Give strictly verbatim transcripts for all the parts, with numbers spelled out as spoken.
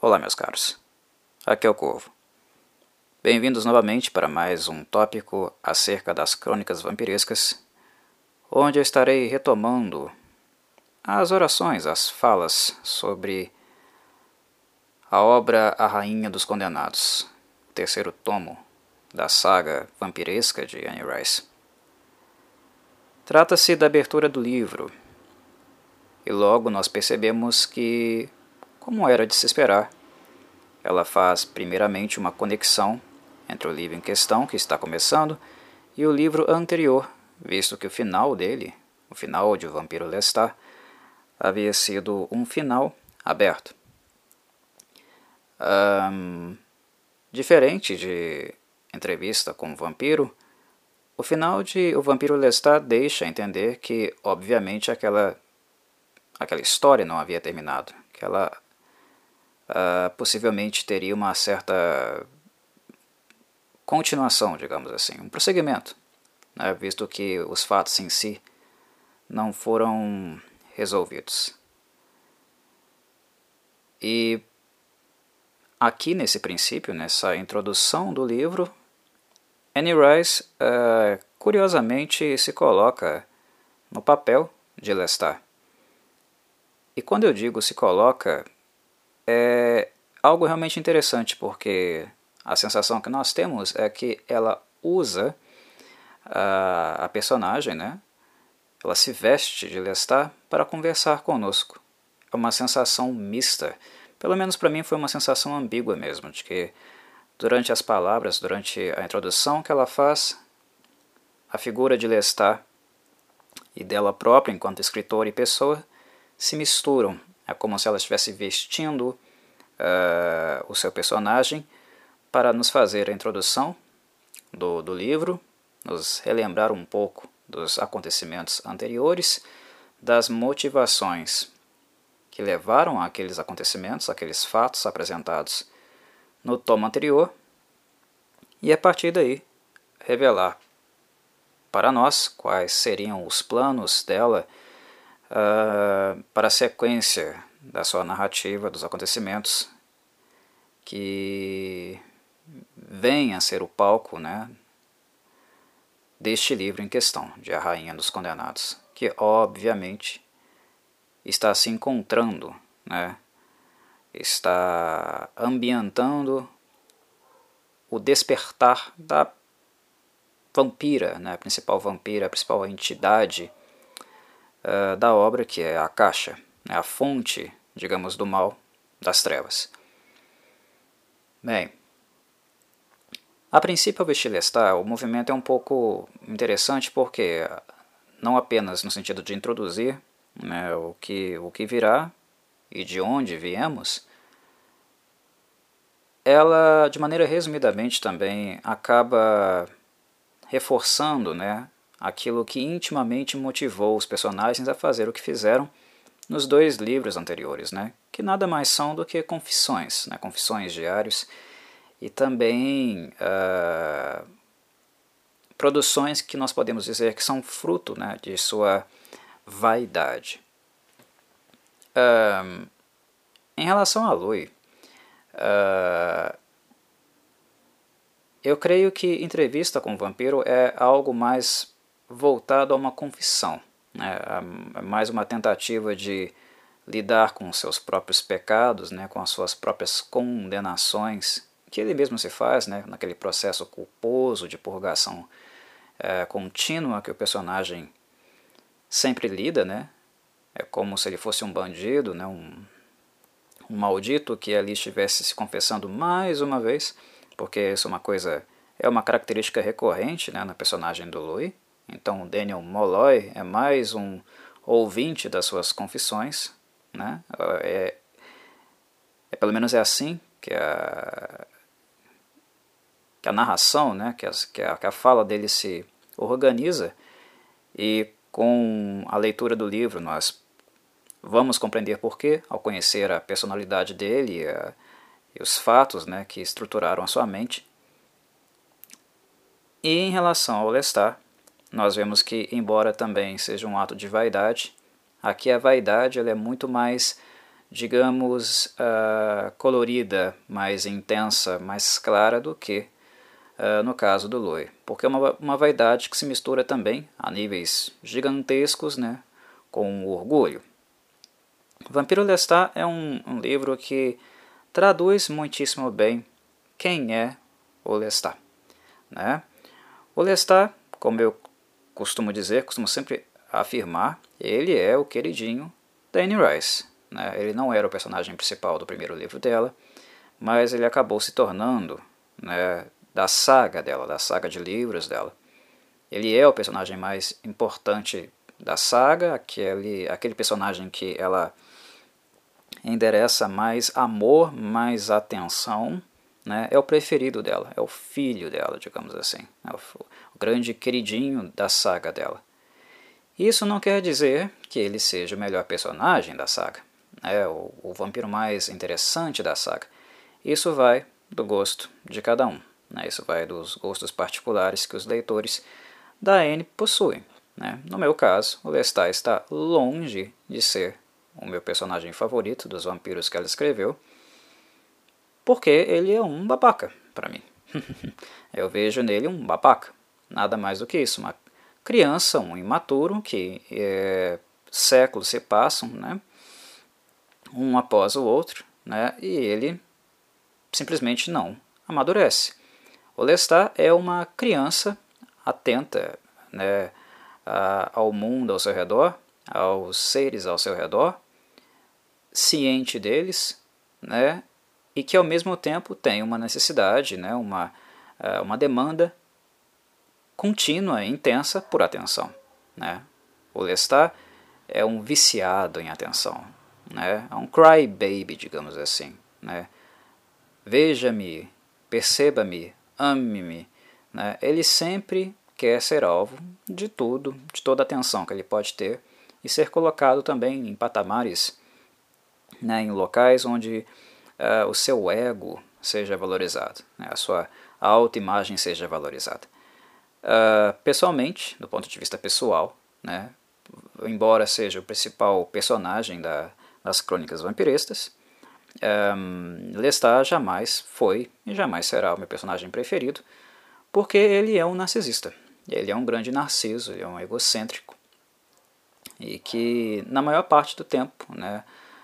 Olá, meus caros. Aqui é o Corvo. Bem-vindos novamente para mais um tópico acerca das crônicas vampirescas, onde eu estarei retomando as orações, as falas sobre a obra A Rainha dos Condenados, o terceiro tomo da saga vampiresca de Anne Rice. Trata-se da abertura do livro, e logo nós percebemos que, como era de se esperar, ela faz primeiramente uma conexão entre o livro em questão, que está começando, e o livro anterior, visto que o final dele, o final de O Vampiro Lestat, havia sido um final aberto. Um, diferente de Entrevista com o Vampiro, o final de O Vampiro Lestat deixa entender que, obviamente, aquela, aquela história não havia terminado, que ela Uh, possivelmente teria uma certa continuação, digamos assim, um prosseguimento, né, visto que os fatos em si não foram resolvidos. E aqui nesse princípio, nessa introdução do livro, Anne Rice uh, curiosamente se coloca no papel de Lestat. E quando eu digo se coloca, é algo realmente interessante, porque a sensação que nós temos é que ela usa a, a personagem, né? Ela se veste de Lestat para conversar conosco. É uma sensação mista. Pelo menos para mim foi uma sensação ambígua mesmo, de que durante as palavras, durante a introdução que ela faz, a figura de Lestat e dela própria, enquanto escritora e pessoa, se misturam. É como se ela estivesse vestindo uh, o seu personagem para nos fazer a introdução do, do livro, nos relembrar um pouco dos acontecimentos anteriores, das motivações que levaram àqueles acontecimentos, aqueles fatos apresentados no tomo anterior, e a partir daí revelar para nós quais seriam os planos dela Uh, para a sequência da sua narrativa, dos acontecimentos que vêm a ser o palco, né, deste livro em questão, de A Rainha dos Condenados, que obviamente está se encontrando, né, está ambientando o despertar da vampira, né, a principal vampira, a principal entidade Uh, da obra, que é a caixa, né, a fonte, digamos, do mal, das trevas. Bem, a princípio ao vestir Lestat, o movimento é um pouco interessante porque, não apenas no sentido de introduzir, né, o, que, o que virá e de onde viemos, ela, de maneira resumidamente também, acaba reforçando, né, aquilo que intimamente motivou os personagens a fazer o que fizeram nos dois livros anteriores, né? Que nada mais são do que confissões, né? Confissões diários e também uh, produções que nós podemos dizer que são fruto, né, de sua vaidade. Uh, em relação a Louis, uh, eu creio que Entrevista com o Vampiro é algo mais voltado a uma confissão, né? É mais uma tentativa de lidar com os seus próprios pecados, né? Com as suas próprias condenações, que ele mesmo se faz, né? Naquele processo culposo de purgação é, contínua que o personagem sempre lida, né? É como se ele fosse um bandido, né? um, um maldito que ali estivesse se confessando mais uma vez, porque isso é uma coisa, é uma característica recorrente, né, na personagem do Louis. Então o Daniel Molloy é mais um ouvinte das suas confissões, né? É, é pelo menos é assim que a, que a narração, né, que, as, que, a, que a fala dele se organiza, e com a leitura do livro nós vamos compreender porquê, ao conhecer a personalidade dele e, a, e os fatos, né, que estruturaram a sua mente. E em relação ao Lestat, nós vemos que, embora também seja um ato de vaidade, aqui a vaidade ela é muito mais digamos, uh, colorida, mais intensa, mais clara do que uh, no caso do Louis, porque é uma, uma vaidade que se mistura também a níveis gigantescos, né, com o orgulho. Vampiro Lestat é um, um livro que traduz muitíssimo bem quem é o Lestat, né? O Lestat, como eu costumo dizer, costumo sempre afirmar, ele é o queridinho da Anne Rice, né? Ele não era o personagem principal do primeiro livro dela, mas ele acabou se tornando, né, da saga dela, da saga de livros dela. Ele é o personagem mais importante da saga, aquele, aquele personagem que ela endereça mais amor, mais atenção, né? É o preferido dela, é o filho dela, digamos assim, é o, o grande queridinho da saga dela. Isso não quer dizer que ele seja o melhor personagem da saga, né? o, o vampiro mais interessante da saga. Isso vai do gosto de cada um, né? Isso vai dos gostos particulares que os leitores da Anne possuem, né? No meu caso, o Lestat está longe de ser o meu personagem favorito dos vampiros que ela escreveu, porque ele é um babaca para mim. Eu vejo nele um babaca, nada mais do que isso, uma criança, um imaturo que é, séculos se passam, né, um após o outro, né, e ele simplesmente não amadurece. O Lestat é uma criança atenta, né, a, ao mundo ao seu redor, aos seres ao seu redor, ciente deles, né, e que ao mesmo tempo tem uma necessidade, né, uma, uma demanda contínua e intensa por atenção, né. O Lestat é um viciado em atenção, né, é um crybaby, digamos assim, né. Veja-me, perceba-me, ame-me, né. Ele sempre quer ser alvo de tudo, de toda a atenção que ele pode ter e ser colocado também em patamares, né, em locais onde uh, o seu ego seja valorizado, né, a sua autoimagem seja valorizada. Uh, pessoalmente, do ponto de vista pessoal, né, embora seja o principal personagem da, das crônicas vampirescas, um, Lestat jamais foi e jamais será o meu personagem preferido, porque ele é um narcisista. Ele é um grande narciso, ele é um egocêntrico, e que na maior parte do tempo, né,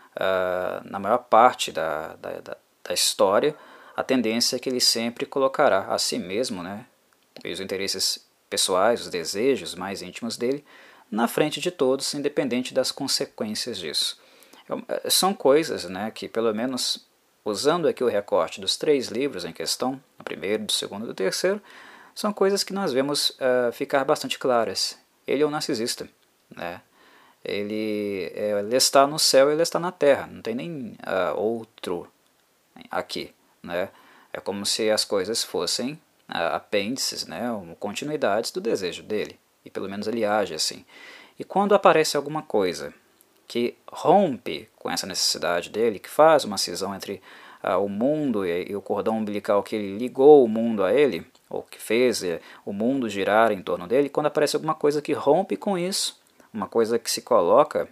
uh, na maior parte da, da, da, da história, a tendência é que ele sempre colocará a si mesmo, né, e os interesses pessoais, os desejos mais íntimos dele, na frente de todos, independente das consequências disso. São coisas, né, que, pelo menos usando aqui o recorte dos três livros em questão, o primeiro, do segundo e do terceiro, são coisas que nós vemos uh, ficar bastante claras. Ele é um narcisista, né? Ele, é, ele está no céu e ele está na terra, não tem nem uh, outro aqui, né? É como se as coisas fossem uh, apêndices, né, continuidades do desejo dele, e pelo menos ele age assim. E quando aparece alguma coisa que rompe com essa necessidade dele, que faz uma cisão entre uh, o mundo e, e o cordão umbilical que ele ligou o mundo a ele, ou que fez uh, o mundo girar em torno dele, quando aparece alguma coisa que rompe com isso, uma coisa que se coloca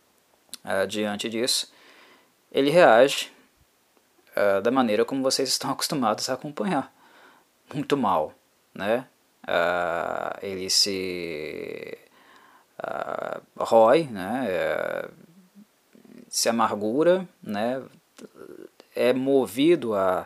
uh, diante disso, ele reage uh, da maneira como vocês estão acostumados a acompanhar, muito mal, né? Uh, ele se uh, rói, né? Uh, se amargura, né? É movido a,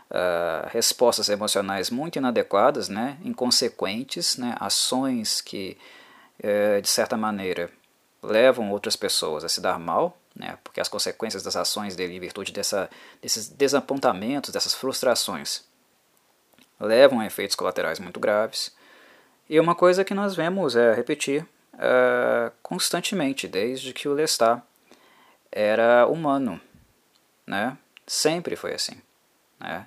a respostas emocionais muito inadequadas, né? Inconsequentes, né? Ações que, uh, de certa maneira, levam outras pessoas a se dar mal, né? Porque as consequências das ações dele, em virtude dessa, desses desapontamentos, dessas frustrações, levam a efeitos colaterais muito graves. E uma coisa que nós vemos é repetir uh, constantemente, desde que o Lestat era humano, né? Sempre foi assim, né?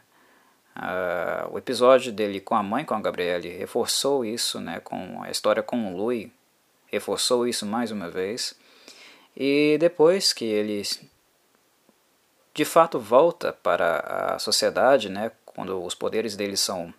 Uh, o episódio dele com a mãe, com a Gabrielle, reforçou isso, né? Com a história com o Louis, reforçou isso mais uma vez. E depois que ele de fato volta para a sociedade, né? Quando os poderes dele são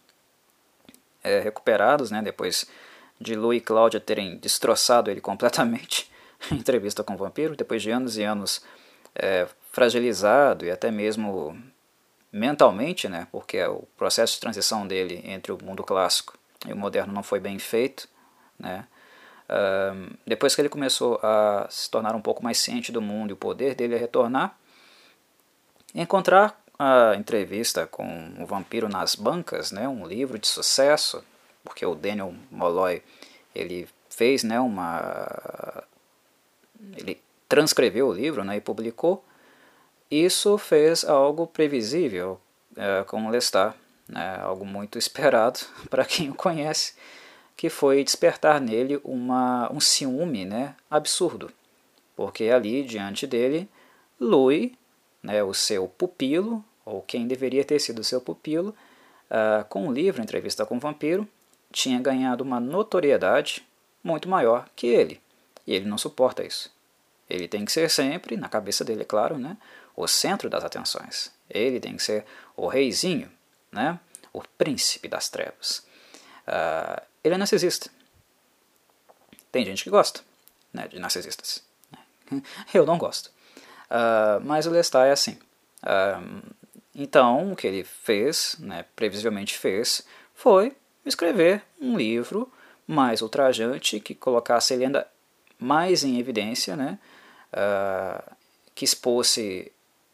é, recuperados, né, depois de Lu e Cláudia terem destroçado ele completamente em entrevista com o vampiro, depois de anos e anos é, fragilizado e até mesmo mentalmente, né, porque o processo de transição dele entre o mundo clássico e o moderno não foi bem feito, né. Uh, depois que ele começou a se tornar um pouco mais ciente do mundo e o poder dele a retornar, encontrar a entrevista com o Vampiro nas Bancas, né, um livro de sucesso, porque o Daniel Molloy ele fez, né, uma ele transcreveu o livro, né, e publicou. Isso fez algo previsível é, com o Lestat, né, algo muito esperado para quem o conhece, que foi despertar nele uma, um ciúme, né, absurdo, porque ali diante dele, Louis, né, o seu pupilo, ou quem deveria ter sido seu pupilo, uh, com o livro Entrevista com o Vampiro, tinha ganhado uma notoriedade muito maior que ele, e ele não suporta isso. Ele tem que ser sempre, na cabeça dele, é claro, né, o centro das atenções. Ele tem que ser o reizinho, né, o príncipe das trevas. Uh, ele é narcisista. Tem gente que gosta, né, de narcisistas. Eu não gosto. Uh, mas o Lestat é assim. Uh, então, o que ele fez, né, previsivelmente fez, foi escrever um livro mais ultrajante, que colocasse ele ainda mais em evidência, né, uh, que expôsse,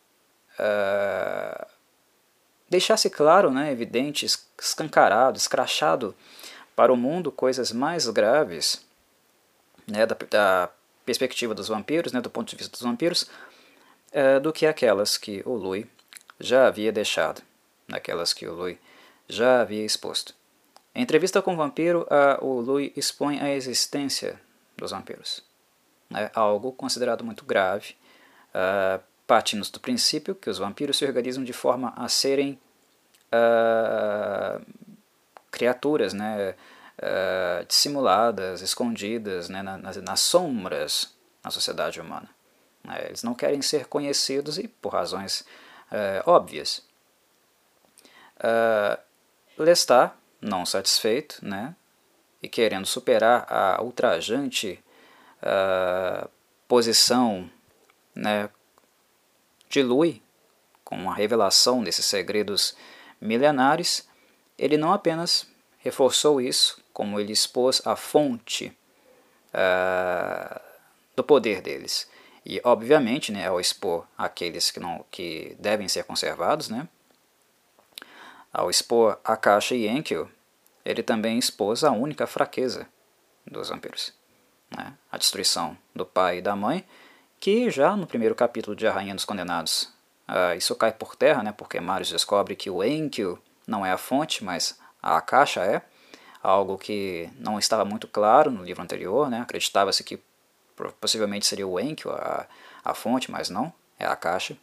uh, deixasse claro, né, evidente, escancarado, escrachado para o mundo coisas mais graves, né, da, da perspectiva dos vampiros, né, do ponto de vista dos vampiros, uh, do que aquelas que o Louis já havia deixado, aquelas que o Louis já havia exposto. Em Entrevista com o Vampiro, uh, o Louis expõe a existência dos vampiros. É algo considerado muito grave, uh, partindo do princípio que os vampiros se organizam de forma a serem uh, criaturas, né, uh, dissimuladas, escondidas, né, nas, nas sombras na sociedade humana. Uh, eles não querem ser conhecidos e por razões uh, óbvias. Uh, Lestat, não satisfeito, né, e querendo superar a ultrajante uh, posição, né, de Louis, com a revelação desses segredos milenares, ele não apenas reforçou isso, como ele expôs a fonte uh, do poder deles. E, obviamente, né, ao expor aqueles que, não, que devem ser conservados, né, ao expor Akasha e Enkidu, ele também expôs a única fraqueza dos vampiros, né, a destruição do pai e da mãe, que já no primeiro capítulo de A Rainha dos Condenados, uh, isso cai por terra, né, porque Marius descobre que o Enkidu não é a fonte, mas a Akasha é, algo que não estava muito claro no livro anterior, né, acreditava-se que possivelmente seria o Enkidu a, a fonte, mas não, é a Akasha.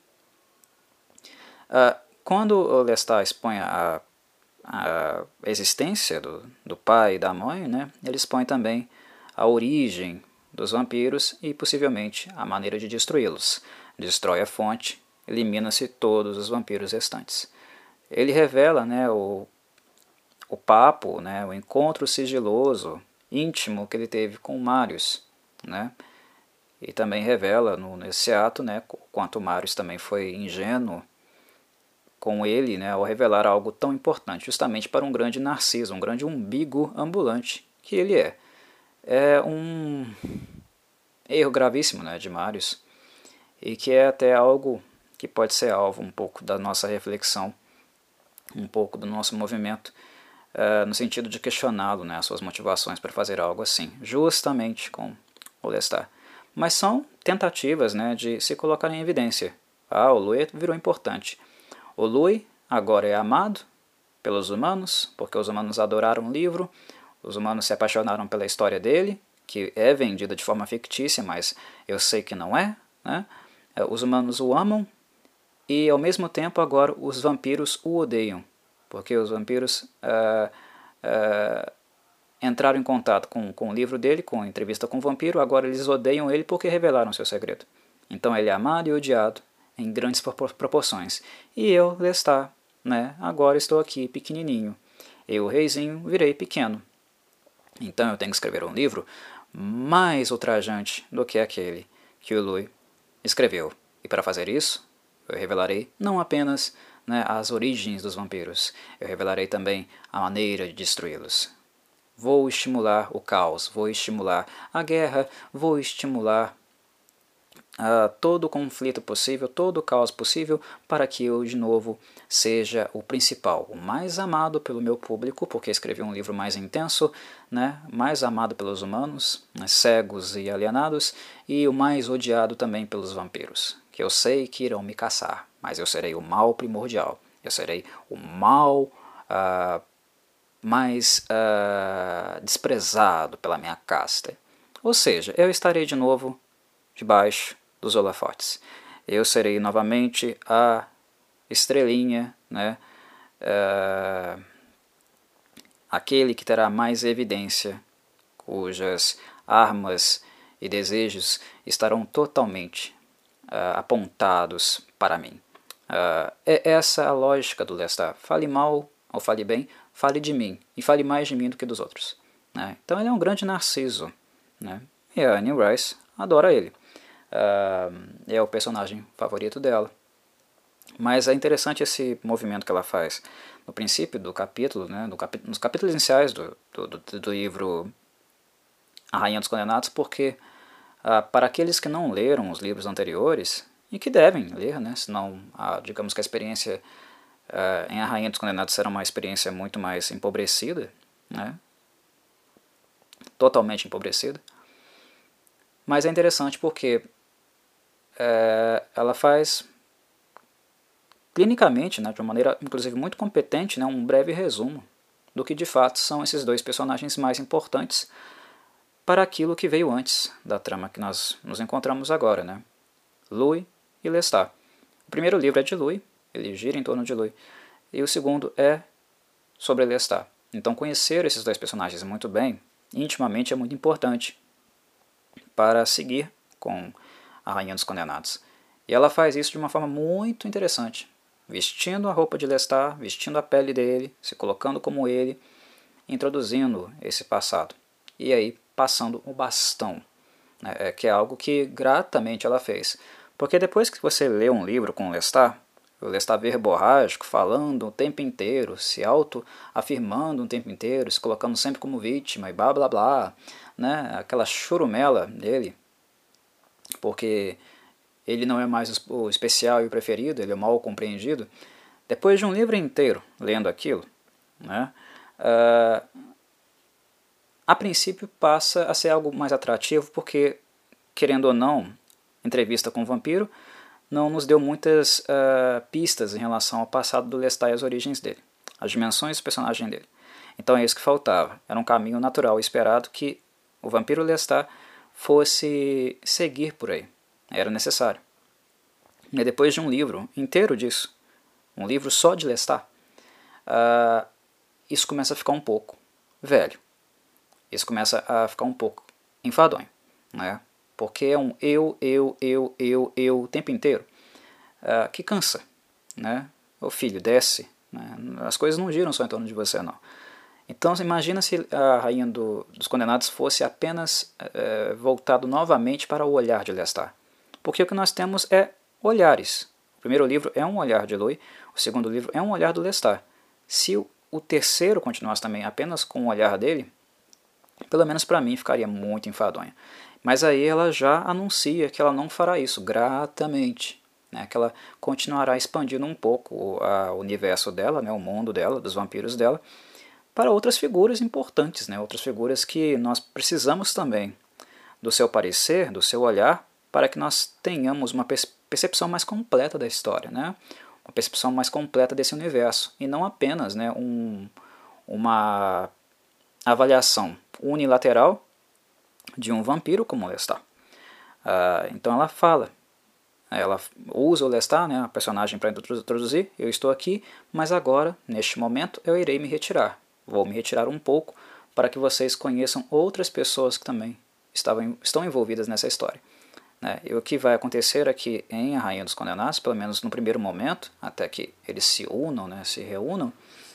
Uh, quando o Lestat expõe a, a existência do, do pai e da mãe, né, ele expõe também a origem dos vampiros e possivelmente a maneira de destruí-los. Destrói a fonte, elimina-se todos os vampiros restantes. Ele revela, né, o, o papo, né, o encontro sigiloso, íntimo que ele teve com Marius, né, e também revela no, nesse ato, né, quanto Marius também foi ingênuo com ele, né, ao revelar algo tão importante, justamente para um grande narciso, um grande umbigo ambulante que ele é. É um erro gravíssimo, né, de Marius, e que é até algo que pode ser alvo um pouco da nossa reflexão, um pouco do nosso movimento, uh, no sentido de questioná-lo, né, as suas motivações para fazer algo assim, justamente com o Lestat. Mas são tentativas, né, de se colocar em evidência. Ah, o Louis virou importante. O Louis agora é amado pelos humanos, porque os humanos adoraram o livro, os humanos se apaixonaram pela história dele, que é vendida de forma fictícia, mas eu sei que não é, né? Os humanos o amam e, ao mesmo tempo, agora os vampiros o odeiam, porque os vampiros uh, uh, entraram em contato com, com o livro dele, com a Entrevista com o Vampiro, agora eles odeiam ele porque revelaram seu segredo. Então ele é amado e odiado em grandes proporções. E eu, Lestat, né, agora estou aqui pequenininho. Eu, reizinho, virei pequeno. Então eu tenho que escrever um livro mais ultrajante do que aquele que o Louis escreveu. E para fazer isso, Eu revelarei não apenas, né, as origens dos vampiros, eu revelarei também a maneira de destruí-los. Vou estimular o caos, vou estimular a guerra, vou estimular uh, todo o conflito possível, todo o caos possível, para que eu, de novo, seja o principal, o mais amado pelo meu público, porque escrevi um livro mais intenso, né, mais amado pelos humanos, né, cegos e alienados, e o mais odiado também pelos vampiros, que eu sei que irão me caçar, mas eu serei o mal primordial, eu serei o mal uh, mais uh, desprezado pela minha casta. Ou seja, eu estarei de novo debaixo dos holofotes. Eu serei novamente a estrelinha, né, uh, aquele que terá mais evidência, cujas armas e desejos estarão totalmente uh, apontados para mim. Uh, é essa a lógica do Lestat. Fale mal ou fale bem, fale de mim, e fale mais de mim do que dos outros. Né? Então ele é um grande narciso, né? E a Anne Rice adora ele. Uh, é o personagem favorito dela. Mas é interessante esse movimento que ela faz no princípio do capítulo, né? no capi nos capítulos iniciais do, do, do, do livro A Rainha dos Condenados, porque uh, para aqueles que não leram os livros anteriores, e que devem ler, né? Senão, uh, digamos que a experiência Uh, em A Rainha dos Condenados será uma experiência muito mais empobrecida, né? Totalmente empobrecida. Mas é interessante porque uh, ela faz clinicamente, né, de uma maneira inclusive muito competente, né, um breve resumo do que de fato são esses dois personagens mais importantes para aquilo que veio antes da trama que nós nos encontramos agora, né? Louis e Lestat. O primeiro livro é de Louis, ele gira em torno de Louis, e o segundo é sobre Lestat. Então conhecer esses dois personagens muito bem, intimamente, é muito importante para seguir com a Rainha dos Condenados. E ela faz isso de uma forma muito interessante, vestindo a roupa de Lestat, vestindo a pele dele, se colocando como ele, introduzindo esse passado. E aí passando o bastão, né, que é algo que gratamente ela fez. Porque depois que você lê um livro com Lestat, o Lestat verborrágico, falando o tempo inteiro, se auto-afirmando o tempo inteiro, se colocando sempre como vítima e blá blá blá, né? Aquela churumela dele, porque ele não é mais o especial e o preferido, ele é mal compreendido. Depois de um livro inteiro lendo aquilo, né? Uh, a princípio passa a ser algo mais atrativo, porque, querendo ou não, entrevista com o vampiro não nos deu muitas uh, pistas em relação ao passado do Lestat e as origens dele, as dimensões do personagem dele. Então é isso que faltava. Era um caminho natural e esperado que o vampiro Lestat fosse seguir por aí. Era necessário. E depois de um livro inteiro disso, um livro só de Lestat, uh, isso começa a ficar um pouco velho. Isso começa a ficar um pouco enfadonho, né? Porque é um eu, eu, eu, eu, eu o tempo inteiro, uh, que cansa, né? O filho, desce, né? As coisas não giram só em torno de você, não. Então, imagina se a Rainha do, dos Condenados fosse apenas uh, voltado novamente para o olhar de Lestat. Porque o que nós temos é olhares. O primeiro livro é um olhar de Louis, o segundo livro é um olhar do Lestat. Se o, o terceiro continuasse também apenas com o olhar dele, pelo menos para mim ficaria muito enfadonha. Mas aí ela já anuncia que ela não fará isso gratamente, né? Que ela continuará expandindo um pouco o a, universo dela, né? O mundo dela, dos vampiros dela, para outras figuras importantes, né? Outras figuras que nós precisamos também do seu parecer, do seu olhar, para que nós tenhamos uma percepção mais completa da história, né? Uma percepção mais completa desse universo, e não apenas, né, um, uma avaliação unilateral de um vampiro como Lestat. Uh, então ela fala, ela usa o Lestat, né, a personagem, para introduzir, eu estou aqui, mas agora, neste momento, eu irei me retirar. Vou me retirar um pouco para que vocês conheçam outras pessoas que também estavam, estão envolvidas nessa história. Né? E o que vai acontecer aqui em A Rainha dos Condenados, pelo menos no primeiro momento, até que eles se unam, né, se reúnam,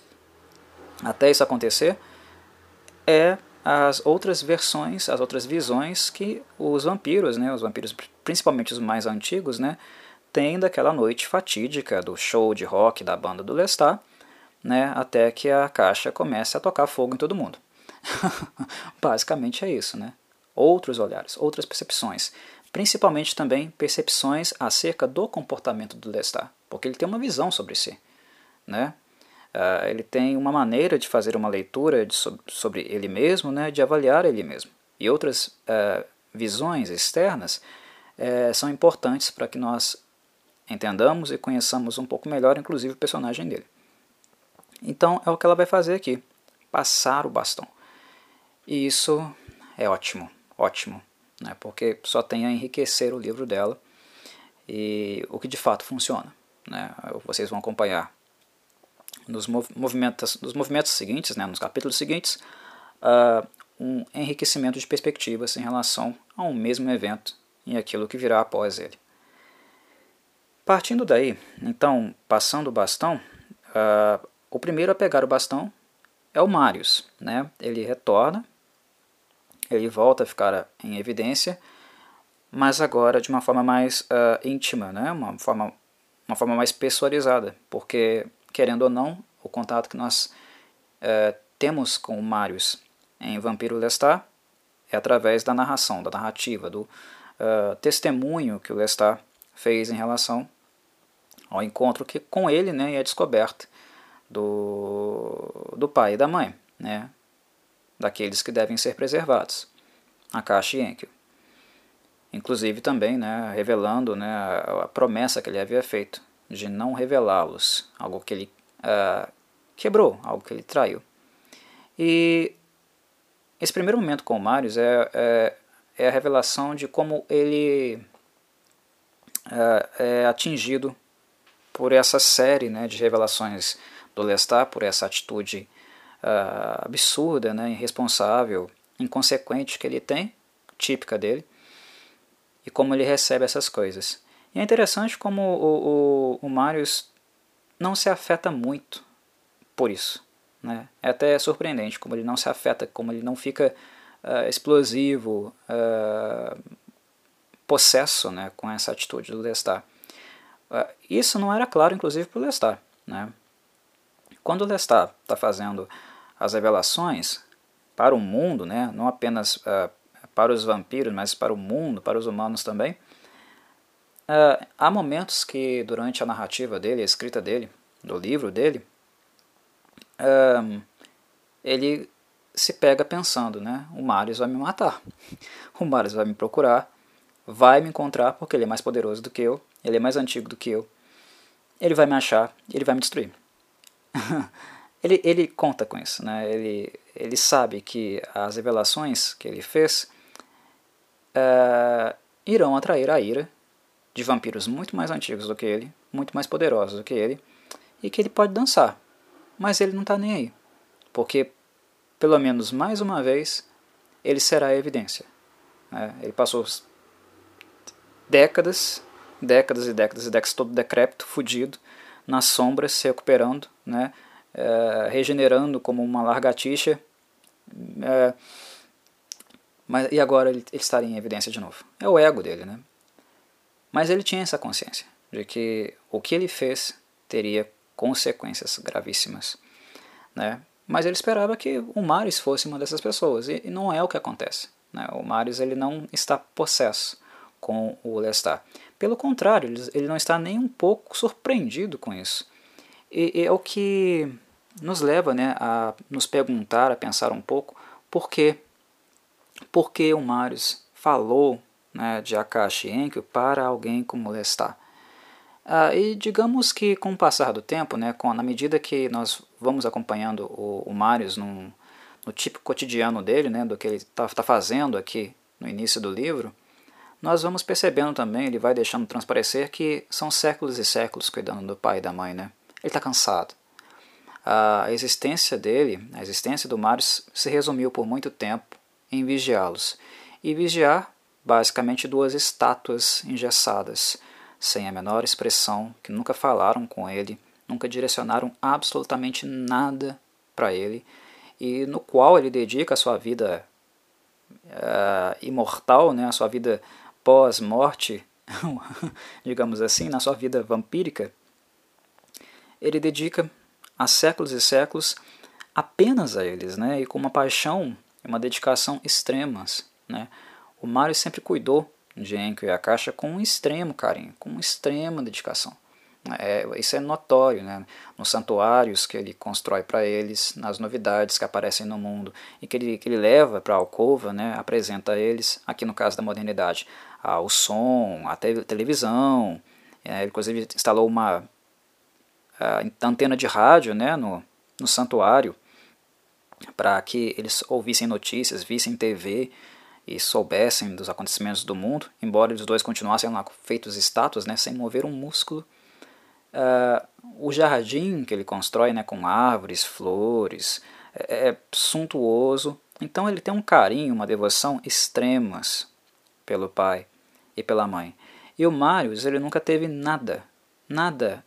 até isso acontecer, é as outras versões, as outras visões que os vampiros, né, os vampiros, principalmente os mais antigos, né, tem daquela noite fatídica do show de rock da banda do Lestat, né, até que a caixa comece a tocar fogo em todo mundo. Basicamente é isso, né? Outros olhares, outras percepções, principalmente também percepções acerca do comportamento do Lestat, porque ele tem uma visão sobre si, né? Uh, ele tem uma maneira de fazer uma leitura de, sobre ele mesmo, né, de avaliar ele mesmo. E outras uh, visões externas uh, são importantes para que nós entendamos e conheçamos um pouco melhor, inclusive, o personagem dele. Então é o que ela vai fazer aqui, passar o bastão. E isso é ótimo, ótimo, né, porque só tem a enriquecer o livro dela e o que de fato funciona, né, vocês vão acompanhar nos movimentos, nos movimentos seguintes, né, nos capítulos seguintes, uh, um enriquecimento de perspectivas em relação a um mesmo evento e aquilo que virá após ele. Partindo daí, então, passando o bastão, uh, o primeiro a pegar o bastão é o Marius, né? Ele retorna, ele volta a ficar em evidência, mas agora de uma forma mais uh, íntima, né? uma, forma, uma forma mais pessoalizada, porque querendo ou não, o contato que nós é, temos com o Marius em Vampiro Lestat é através da narração, da narrativa, do uh, testemunho que o Lestat fez em relação ao encontro que, com ele, né, e a descoberta do, do pai e da mãe, né, daqueles que devem ser preservados, Akashi e Enkyo. Inclusive também, né, revelando, né, a, a promessa que ele havia feito de não revelá-los, algo que ele uh, quebrou, algo que ele traiu. E esse primeiro momento com o Marius é, é, é a revelação de como ele uh, é atingido por essa série, né, de revelações do Lestat, por essa atitude uh, absurda, né, irresponsável, inconsequente que ele tem, típica dele, e como ele recebe essas coisas. E é interessante como o, o, o Marius não se afeta muito por isso, né? É até surpreendente como ele não se afeta, como ele não fica uh, explosivo, uh, possesso, né, com essa atitude do Lestat. Uh, isso não era claro, inclusive, para o Lestat, né? Quando o Lestat está fazendo as revelações para o mundo, né, não apenas uh, para os vampiros, mas para o mundo, para os humanos também, Uh, há momentos que durante a narrativa dele, a escrita dele, do livro dele, uh, ele se pega pensando, né, o Marius vai me matar, o Marius vai me procurar, vai me encontrar porque ele é mais poderoso do que eu, ele é mais antigo do que eu, ele vai me achar, ele vai me destruir. ele, ele conta com isso, né, ele, ele sabe que as revelações que ele fez uh, irão atrair a ira de vampiros muito mais antigos do que ele, muito mais poderosos do que ele, e que ele pode dançar, mas ele não está nem aí, porque, pelo menos mais uma vez, ele será a evidência. Né? Ele passou décadas, décadas e décadas e décadas todo decrépito, fudido, nas sombras, se recuperando, né? é, regenerando como uma lagartixa, é, mas, e agora ele, ele estaria em evidência de novo. É o ego dele, né? Mas ele tinha essa consciência de que o que ele fez teria consequências gravíssimas, né? Mas ele esperava que o Marius fosse uma dessas pessoas, e não é o que acontece, né? O Marius ele não está possesso com o Lestat. Pelo contrário, ele não está nem um pouco surpreendido com isso. E, e é o que nos leva, né, a nos perguntar, a pensar um pouco, por quê? Por que o Marius falou, né, de Akashi Enkyo para alguém como Lestat. Ah, e digamos que com o passar do tempo, né, com, na medida que nós vamos acompanhando o, o Marius num, no tipo cotidiano dele, né, do que ele está tá fazendo aqui no início do livro, nós vamos percebendo também, ele vai deixando transparecer que são séculos e séculos cuidando do pai e da mãe. Né? Ele está cansado. A existência dele, a existência do Marius se resumiu por muito tempo em vigiá-los. E vigiar basicamente duas estátuas engessadas, sem a menor expressão, que nunca falaram com ele, nunca direcionaram absolutamente nada para ele, e no qual ele dedica a sua vida uh, imortal, né, a sua vida pós-morte, digamos assim, na sua vida vampírica, ele dedica há séculos e séculos apenas a eles, né? E com uma paixão e uma dedicação extremas, né? O Mario sempre cuidou de Enki e Akasha com um extremo carinho, com uma extrema dedicação. É, isso é notório, né? Nos santuários que ele constrói para eles, nas novidades que aparecem no mundo e que ele, que ele leva para a alcova, né? Apresenta a eles, aqui no caso da modernidade, ah, o som, a te televisão. É, ele, inclusive, instalou uma a antena de rádio, né? no, no santuário, para que eles ouvissem notícias, vissem T V e soubessem dos acontecimentos do mundo, embora os dois continuassem lá feitos estátuas, né, sem mover um músculo. Uh, o jardim que ele constrói, né, com árvores, flores, é, é suntuoso. Então ele tem um carinho, uma devoção extremas pelo pai e pela mãe. E o Marius, ele nunca teve nada, nada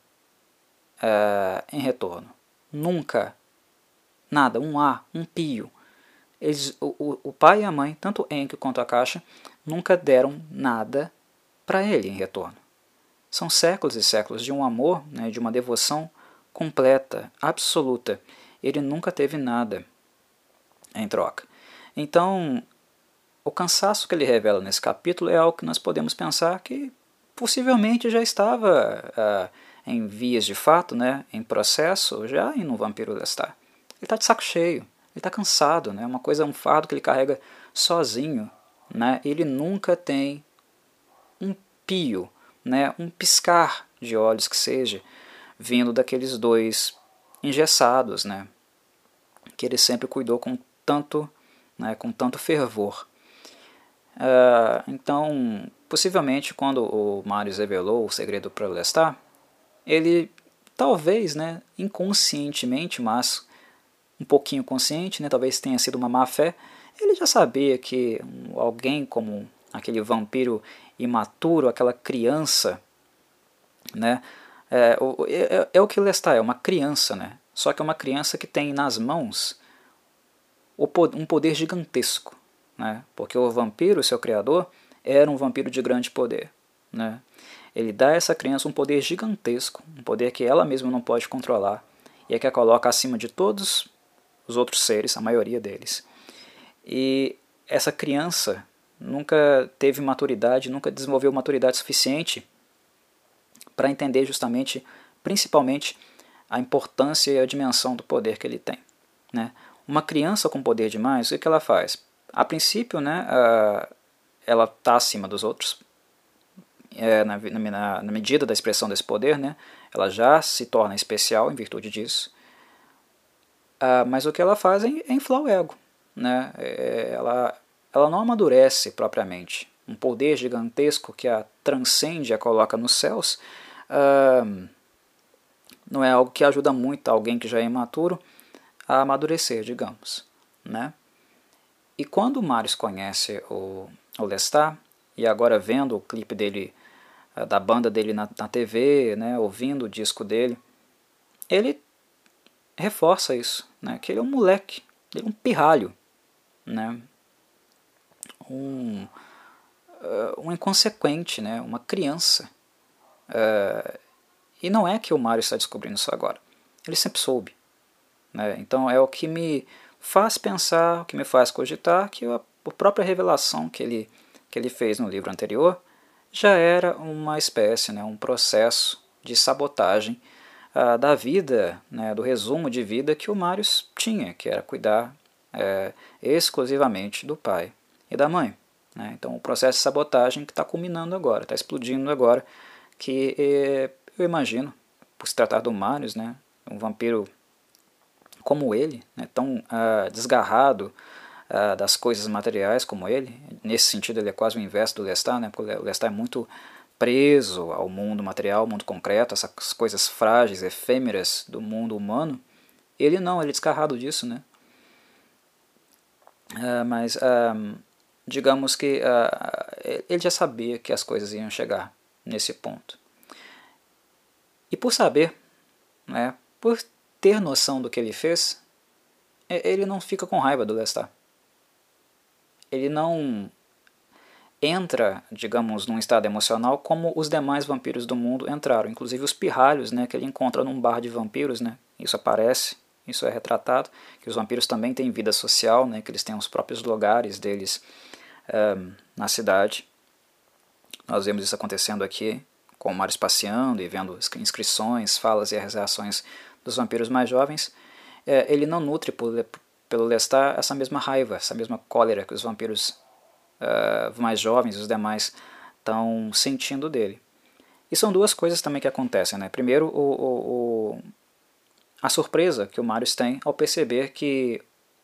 uh, em retorno. Nunca. Nada, um A, um pio. Eles, o, o, o pai e a mãe, tanto Enki quanto a Akasha, nunca deram nada para ele em retorno. São séculos e séculos de um amor, né, de uma devoção completa, absoluta. Ele nunca teve nada em troca. Então, o cansaço que ele revela nesse capítulo é algo que nós podemos pensar que possivelmente já estava ah, em vias de fato, né, em processo, já em No Vampiro Lestat. Ele está de saco cheio, ele está cansado, né, uma coisa, um fardo que ele carrega sozinho, né, ele nunca tem um pio, né, um piscar de olhos que seja, vindo daqueles dois engessados, né, que ele sempre cuidou com tanto, né, com tanto fervor. Uh, então, possivelmente, quando o Marius revelou o segredo para Lestat, ele talvez, né, inconscientemente, mas um pouquinho consciente, né, talvez tenha sido uma má fé, ele já sabia que alguém como aquele vampiro imaturo, aquela criança, né, é, é, é o que Lestat é, uma criança, né, só que é uma criança que tem nas mãos um poder gigantesco, né, porque o vampiro, seu criador, era um vampiro de grande poder, né. Ele dá a essa criança um poder gigantesco, um poder que ela mesma não pode controlar, e é que a coloca acima de todos os outros seres, a maioria deles. E essa criança nunca teve maturidade, nunca desenvolveu maturidade suficiente para entender justamente, principalmente, a importância e a dimensão do poder que ele tem, né? Uma criança com poder demais, o que ela faz? A princípio, né, ela está acima dos outros, é, na, na, na medida da expressão desse poder, né, ela já se torna especial em virtude disso. Uh, mas o que ela faz é, é inflar o ego, né? É, ela, ela não amadurece propriamente. Um poder gigantesco que a transcende e a coloca nos céus uh, não é algo que ajuda muito alguém que já é imaturo a amadurecer, digamos, né? E quando o Marius conhece o, o Lestat, e agora vendo o clipe dele, uh, da banda dele na, na T V, né, ouvindo o disco dele, ele reforça isso, né, que ele é um moleque, ele é um pirralho, né, um, uh, um inconsequente, né, uma criança. Uh, e não é que o Mario está descobrindo isso agora, ele sempre soube, né, então é o que me faz pensar, o que me faz cogitar que a, a própria revelação que ele, que ele fez no livro anterior já era uma espécie, né, um processo de sabotagem Uh, da vida, né, do resumo de vida que o Marius tinha, que era cuidar é, exclusivamente do pai e da mãe, né? Então o processo de sabotagem que está culminando agora, está explodindo agora, que é, eu imagino, por se tratar do Marius, né, um vampiro como ele, né, tão uh, desgarrado uh, das coisas materiais como ele, nesse sentido ele é quase o inverso do Lestat, né, porque o Lestat é muito preso ao mundo material, ao mundo concreto, essas coisas frágeis, efêmeras do mundo humano. Ele não, ele é descarrado disso, né? Uh, mas uh, digamos que uh, ele já sabia que as coisas iam chegar nesse ponto. E por saber, né, por ter noção do que ele fez, ele não fica com raiva do Lestat. Ele não entra, digamos, num estado emocional como os demais vampiros do mundo entraram, inclusive os pirralhos, né, que ele encontra num bar de vampiros, né, isso aparece, isso é retratado, que os vampiros também têm vida social, né, que eles têm os próprios lugares deles um, na cidade. Nós vemos isso acontecendo aqui, com o Marius passeando e vendo inscrições, falas e as reações dos vampiros mais jovens. É, ele não nutre por, pelo Lestat essa mesma raiva, essa mesma cólera que os vampiros uh, mais jovens e os demais estão sentindo dele. E são duas coisas também que acontecem, né? Primeiro, o, o, o, a surpresa que o Marius tem ao perceber que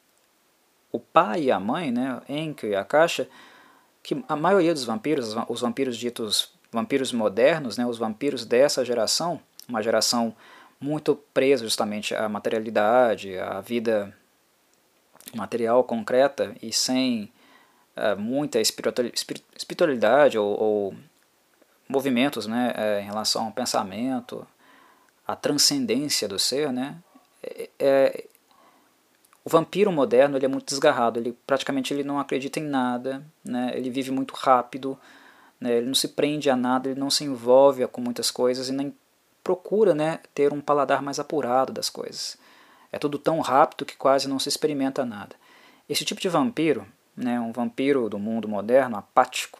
o pai e a mãe, né, Enki e a Caixa, que a maioria dos vampiros, os vampiros ditos vampiros modernos, né, os vampiros dessa geração, uma geração muito presa justamente à materialidade, à vida material concreta e sem uh, muita espiritualidade ou, ou movimentos, né, uh, em relação ao pensamento, à transcendência do ser, né, é, é, o vampiro moderno ele é muito desgarrado, ele praticamente ele não acredita em nada, né, ele vive muito rápido, né, ele não se prende a nada, ele não se envolve com muitas coisas e nem procura, né, ter um paladar mais apurado das coisas. É tudo tão rápido que quase não se experimenta nada. Esse tipo de vampiro, né, um vampiro do mundo moderno, apático,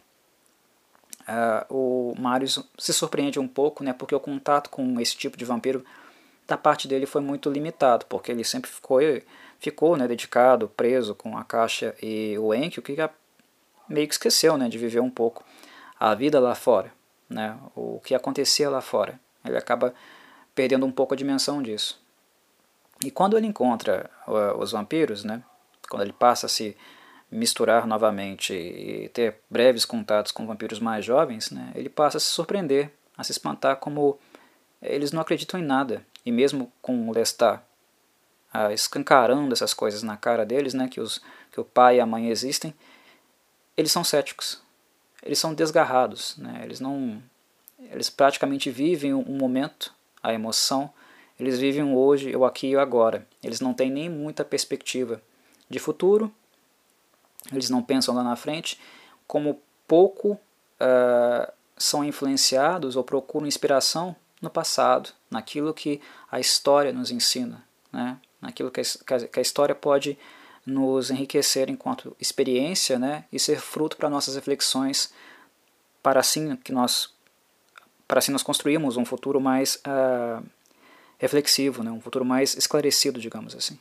uh, o Marius se surpreende um pouco, né, porque o contato com esse tipo de vampiro da parte dele foi muito limitado, porque ele sempre ficou, ficou né, dedicado, preso com a Caixa e o Enki, que meio que esqueceu, né, de viver um pouco a vida lá fora, né, o que acontecia lá fora. Ele acaba perdendo um pouco a dimensão disso. E quando ele encontra uh, os vampiros, né, quando ele passa a se misturar novamente e ter breves contatos com vampiros mais jovens, né, ele passa a se surpreender, a se espantar como eles não acreditam em nada. E mesmo com o Lestat uh, escancarando essas coisas na cara deles, né, que, os, que o pai e a mãe existem, eles são céticos, eles são desgarrados, né, eles, não, eles praticamente vivem um momento, a emoção, eles vivem o hoje, o aqui e o agora. Eles não têm nem muita perspectiva de futuro, eles não pensam lá na frente, como pouco uh, são influenciados ou procuram inspiração no passado, naquilo que a história nos ensina, né? Naquilo que a, que a história pode nos enriquecer enquanto experiência, né? E ser fruto para nossas reflexões, para assim que nós, para assim nós construirmos um futuro mais uh, reflexivo, né? Um futuro mais esclarecido, digamos assim.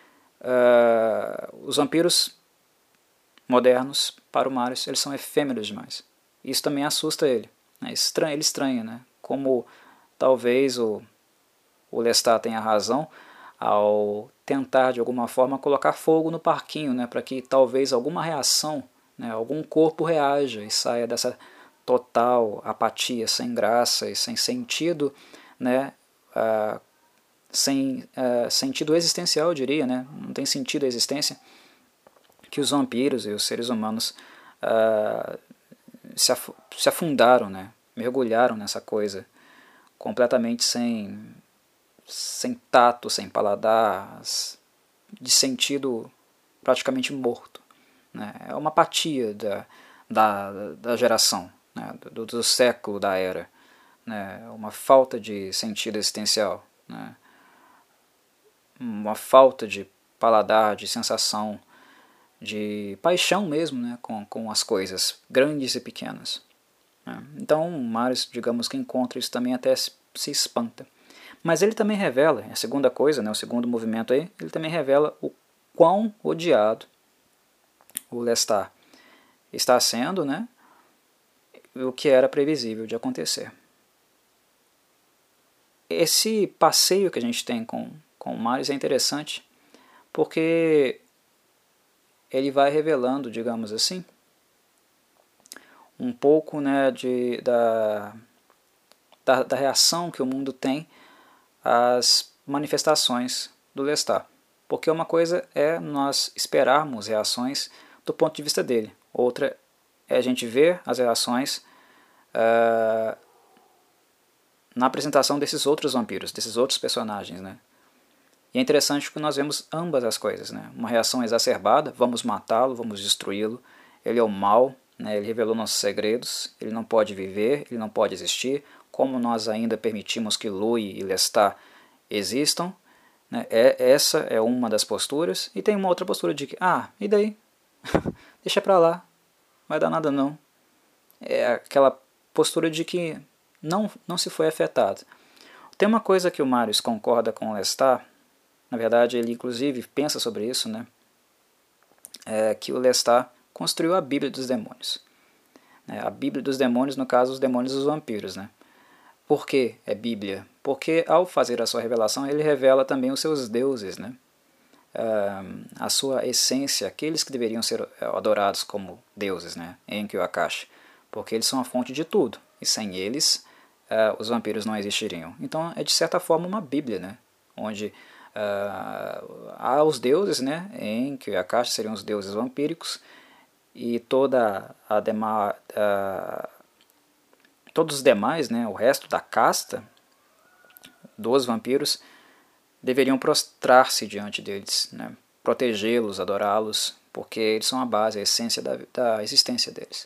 Uh, os vampiros modernos, para o Marius, eles são efêmeros demais. Isso também assusta ele. Né? Estranha, ele estranha, né? Como talvez o, o Lestat tenha razão ao tentar, de alguma forma, colocar fogo no parquinho, né? Para que talvez alguma reação, né? Algum corpo reaja e saia dessa total apatia, sem graça e sem sentido, né? Uh, sem uh, sentido existencial, eu diria, né? Não tem sentido a existência, que os vampiros e os seres humanos uh, se, af se afundaram, né? Mergulharam nessa coisa completamente sem, sem tato, sem paladar, de sentido praticamente morto. Né? É uma apatia da, da, da geração, né? do, do século, da era. Né? Uma falta de sentido existencial. Né? Uma falta de paladar, de sensação, de paixão mesmo, né, com, com as coisas grandes e pequenas. Né. Então o Marius, digamos que encontra isso também, até se, se espanta. Mas ele também revela, a segunda coisa, né, o segundo movimento aí, ele também revela o quão odiado o Lestat está sendo, né, o que era previsível de acontecer. Esse passeio que a gente tem com, com o Marius é interessante, porque ele vai revelando, digamos assim, um pouco, né, de, da, da, da reação que o mundo tem às manifestações do Lestat. Porque uma coisa é nós esperarmos reações do ponto de vista dele, outra é a gente ver as reações uh, na apresentação desses outros vampiros, desses outros personagens, né? E é interessante que nós vemos ambas as coisas, né? Uma reação exacerbada, vamos matá-lo, vamos destruí-lo, ele é o mal, né? Ele revelou nossos segredos, ele não pode viver, ele não pode existir, como nós ainda permitimos que Lui e Lestat existam, né? É, essa é uma das posturas, e tem uma outra postura de que, ah, e daí? Deixa pra lá, vai dar nada não. É aquela postura de que não, não se foi afetado. Tem uma coisa que o Marius concorda com o Lestat, na verdade ele inclusive pensa sobre isso, né? É que o Lestat construiu a Bíblia dos demônios. A Bíblia dos demônios, no caso, os demônios e os vampiros, né? Por que é Bíblia? Porque ao fazer a sua revelação, ele revela também os seus deuses, né? A sua essência, aqueles que deveriam ser adorados como deuses, né? Enki e Akash, porque eles são a fonte de tudo, e sem eles uh, os vampiros não existiriam. Então é de certa forma uma Bíblia, né? Onde uh, há os deuses, né? Enki e Akash seriam os deuses vampíricos, e toda a dema, uh, todos os demais, né? O resto da casta dos vampiros deveriam prostrar-se diante deles, né? Protegê-los, adorá-los, porque eles são a base, a essência da, da existência deles.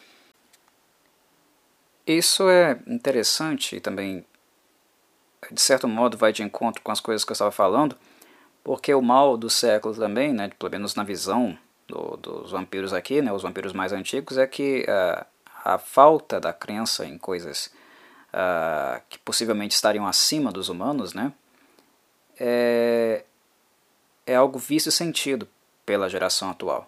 Isso é interessante e também, de certo modo, vai de encontro com as coisas que eu estava falando, porque o mal do século também, né, pelo menos na visão do, dos vampiros aqui, né, os vampiros mais antigos, é que uh, a falta da crença em coisas uh, que possivelmente estariam acima dos humanos, né, É, é algo visto e sentido pela geração atual.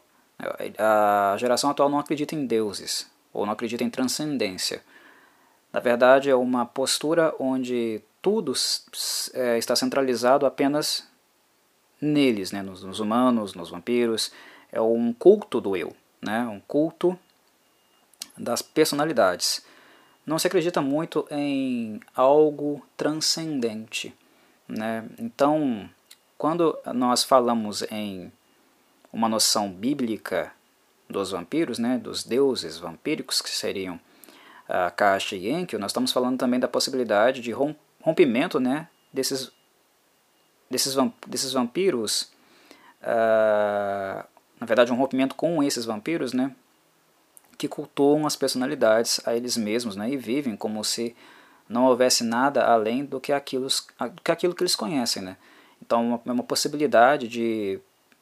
A geração atual não acredita em deuses, ou não acredita em transcendência. Na verdade, é uma postura onde tudo é, está centralizado apenas neles, né? nos, nos humanos, nos vampiros. É um culto do eu, né? Um culto das personalidades. Não se acredita muito em algo transcendente, né? Então, quando nós falamos em uma noção bíblica dos vampiros, né, dos deuses vampíricos, que seriam a Akash e Enki, nós estamos falando também da possibilidade de rompimento, né, desses, desses, desses vampiros, uh, na verdade um rompimento com esses vampiros, né, que cultuam as personalidades a eles mesmos, né, e vivem como se não houvesse nada além do que aquilo, do que, aquilo que eles conhecem, né? Então é uma, uma possibilidade de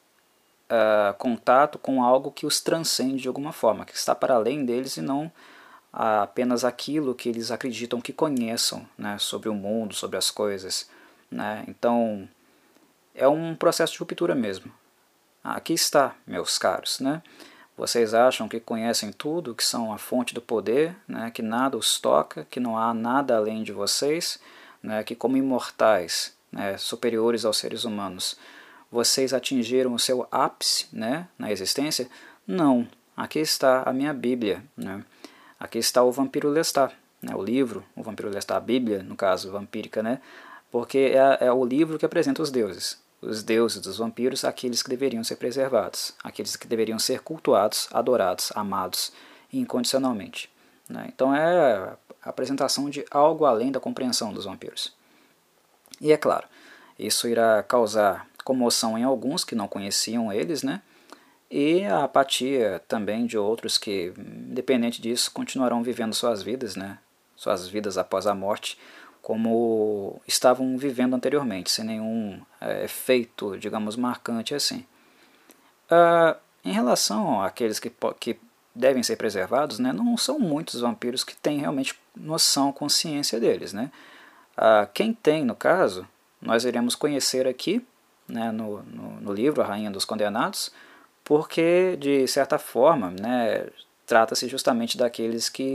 uh, contato com algo que os transcende de alguma forma, que está para além deles e não uh, apenas aquilo que eles acreditam que conheçam, né, sobre o mundo, sobre as coisas, né? Então é um processo de ruptura mesmo. Aqui está, meus caros, né? Vocês acham que conhecem tudo, que são a fonte do poder, né, que nada os toca, que não há nada além de vocês, né, que como imortais, né, superiores aos seres humanos, vocês atingiram o seu ápice, né, na existência? Não. Aqui está a minha Bíblia. Né? Aqui está o Vampiro Lestat, né, o livro, o Vampiro Lestat, a Bíblia, no caso, vampírica, né, porque é, é o livro que apresenta os deuses. Os deuses dos vampiros, aqueles que deveriam ser preservados, aqueles que deveriam ser cultuados, adorados, amados incondicionalmente. Né? Então é a apresentação de algo além da compreensão dos vampiros. E é claro, isso irá causar comoção em alguns que não conheciam eles, né? E a apatia também de outros que, independente disso, continuarão vivendo suas vidas, né? Suas vidas após a morte, como estavam vivendo anteriormente, sem nenhum é, efeito, digamos, marcante assim. Ah, em relação àqueles que, que devem ser preservados, né, não são muitos vampiros que têm realmente noção, consciência deles. Né? Ah, quem tem, no caso, nós iremos conhecer aqui, né, no, no, no livro A Rainha dos Condenados, porque, de certa forma, né, trata-se justamente daqueles que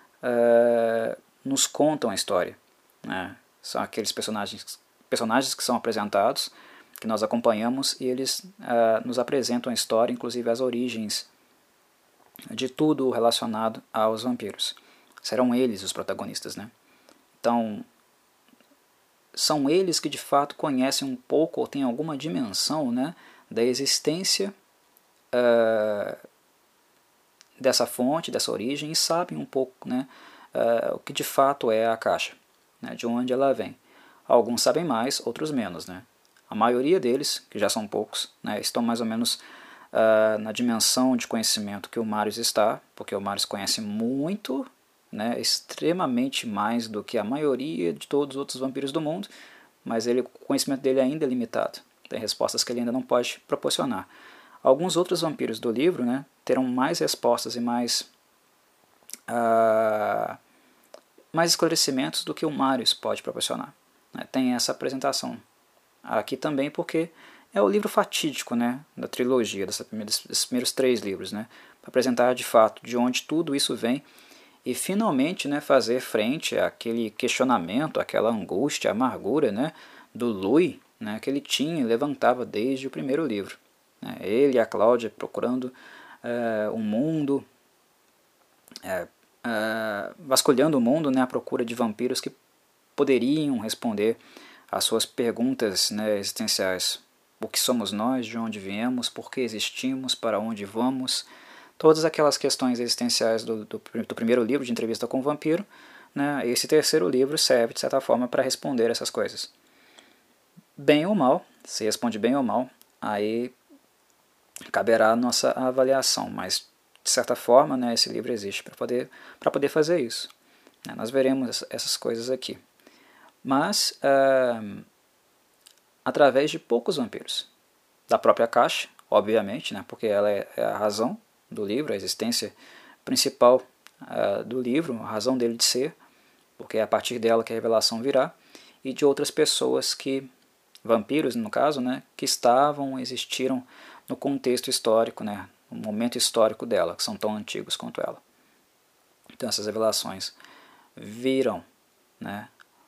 uh, nos contam a história. Né? São aqueles personagens, personagens que são apresentados, que nós acompanhamos, e eles uh, nos apresentam a história, inclusive as origens de tudo relacionado aos vampiros. Serão eles os protagonistas. Né? Então, são eles que de fato conhecem um pouco ou têm alguma dimensão, né, da existência uh, dessa fonte, dessa origem, e sabem um pouco, né, uh, o que de fato é a caixa. Né, de onde ela vem. Alguns sabem mais, outros menos. Né? A maioria deles, que já são poucos, né, estão mais ou menos uh, na dimensão de conhecimento que o Marius está, porque o Marius conhece muito, né, extremamente mais do que a maioria de todos os outros vampiros do mundo, mas ele, o conhecimento dele ainda é limitado. Tem respostas que ele ainda não pode proporcionar. Alguns outros vampiros do livro, né, terão mais respostas e mais, uh, mais esclarecimentos do que o Marius pode proporcionar. Né. Tem essa apresentação aqui também porque é o livro fatídico, né, da trilogia, dessa primeira, desses primeiros três livros, né, para apresentar de fato de onde tudo isso vem e finalmente, né, fazer frente àquele questionamento, àquela angústia, amargura, né, do Louis, né, que ele tinha e levantava desde o primeiro livro. Né, ele e a Cláudia procurando é, um mundo, é, é, vasculhando o mundo, né, à procura de vampiros que poderiam responder às suas perguntas, né, existenciais. O que somos nós, de onde viemos, por que existimos, para onde vamos... Todas aquelas questões existenciais do, do, do primeiro livro de Entrevista com o Vampiro, né, esse terceiro livro serve, de certa forma, para responder essas coisas. Bem ou mal, se responde bem ou mal, aí caberá a nossa avaliação, mas, de certa forma, né, esse livro existe para poder, para poder fazer isso. Né, nós veremos essas coisas aqui. Mas, uh, através de poucos vampiros. Da própria Caixa, obviamente, né, porque ela é a razão do livro, a existência principal uh, do livro, a razão dele de ser, porque é a partir dela que a revelação virá, e de outras pessoas que, vampiros no caso, né, que estavam, existiram no contexto histórico, né, no momento histórico dela, que são tão antigos quanto ela. Então essas revelações virão, né.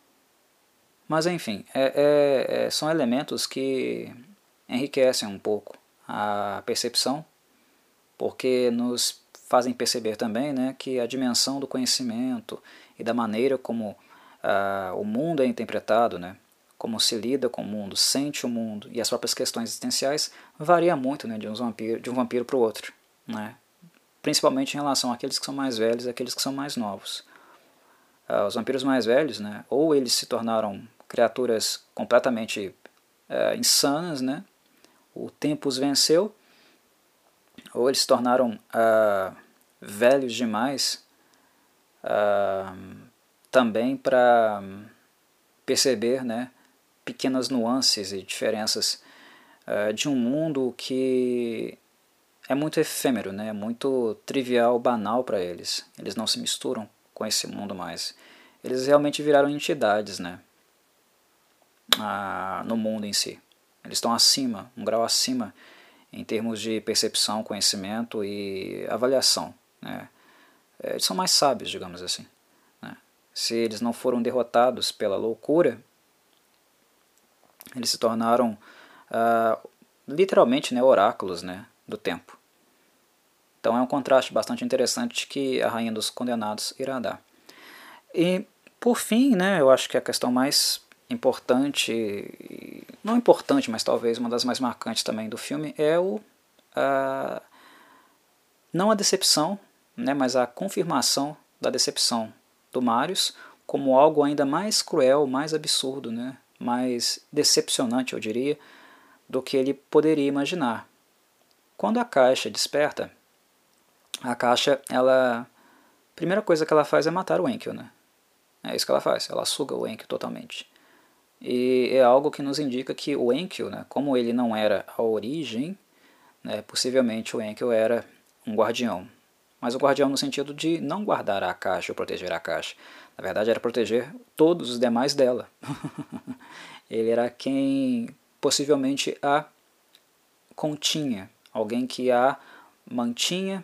Mas enfim, é, é, é, são elementos que enriquecem um pouco a percepção, porque nos fazem perceber também, né, que a dimensão do conhecimento e da maneira como uh, o mundo é interpretado, né, como se lida com o mundo, sente o mundo e as próprias questões existenciais varia muito, né, de, um vampiro, de um vampiro para o outro, né, principalmente em relação àqueles que são mais velhos e àqueles que são mais novos. Uh, os vampiros mais velhos, né, ou eles se tornaram criaturas completamente uh, insanas, né, o tempo os venceu, ou eles se tornaram uh, velhos demais uh, também para perceber, né, pequenas nuances e diferenças uh, de um mundo que é muito efêmero, né, muito trivial, banal para eles. Eles não se misturam com esse mundo mais. Eles realmente viraram entidades, né, uh, no mundo em si. Eles estão acima, um grau acima em termos de percepção, conhecimento e avaliação. Né? Eles são mais sábios, digamos assim. Né? Se eles não foram derrotados pela loucura, eles se tornaram uh, literalmente, né, oráculos, né, do tempo. Então é um contraste bastante interessante que a Rainha dos Condenados irá dar. E por fim, né, eu acho que a questão mais importante, não importante, mas talvez uma das mais marcantes também do filme é o a, não a decepção, né, mas a confirmação da decepção do Marius como algo ainda mais cruel, mais absurdo, né, mais decepcionante, eu diria, do que ele poderia imaginar. Quando a Caixa desperta, a Caixa, ela, a primeira coisa que ela faz é matar o Enkill, né? É isso que ela faz, ela suga o Enkill totalmente. E é algo que nos indica que o Enkill, né, como ele não era a origem, né, possivelmente o Enkill era um guardião. Mas o guardião no sentido de não guardar a Caixa ou proteger a Caixa. Na verdade era proteger todos os demais dela. Ele era quem possivelmente a continha, alguém que a mantinha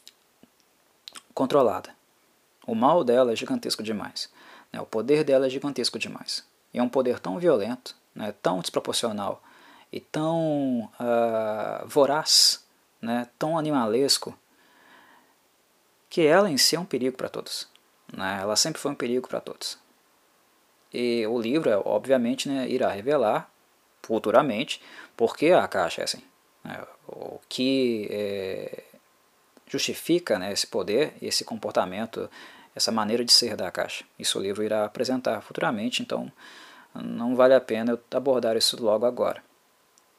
controlada. O mal dela é gigantesco demais. Né, o poder dela é gigantesco demais. E é um poder tão violento, né, tão desproporcional e tão uh, voraz, né, tão animalesco, que ela em si é um perigo para todos. Né, ela sempre foi um perigo para todos. E o livro, obviamente, né, irá revelar futuramente por que a Caixa é assim. Né, o que é, justifica, né, esse poder e esse comportamento, essa maneira de ser da Caixa. Isso o livro irá apresentar futuramente, então não vale a pena eu abordar isso logo agora.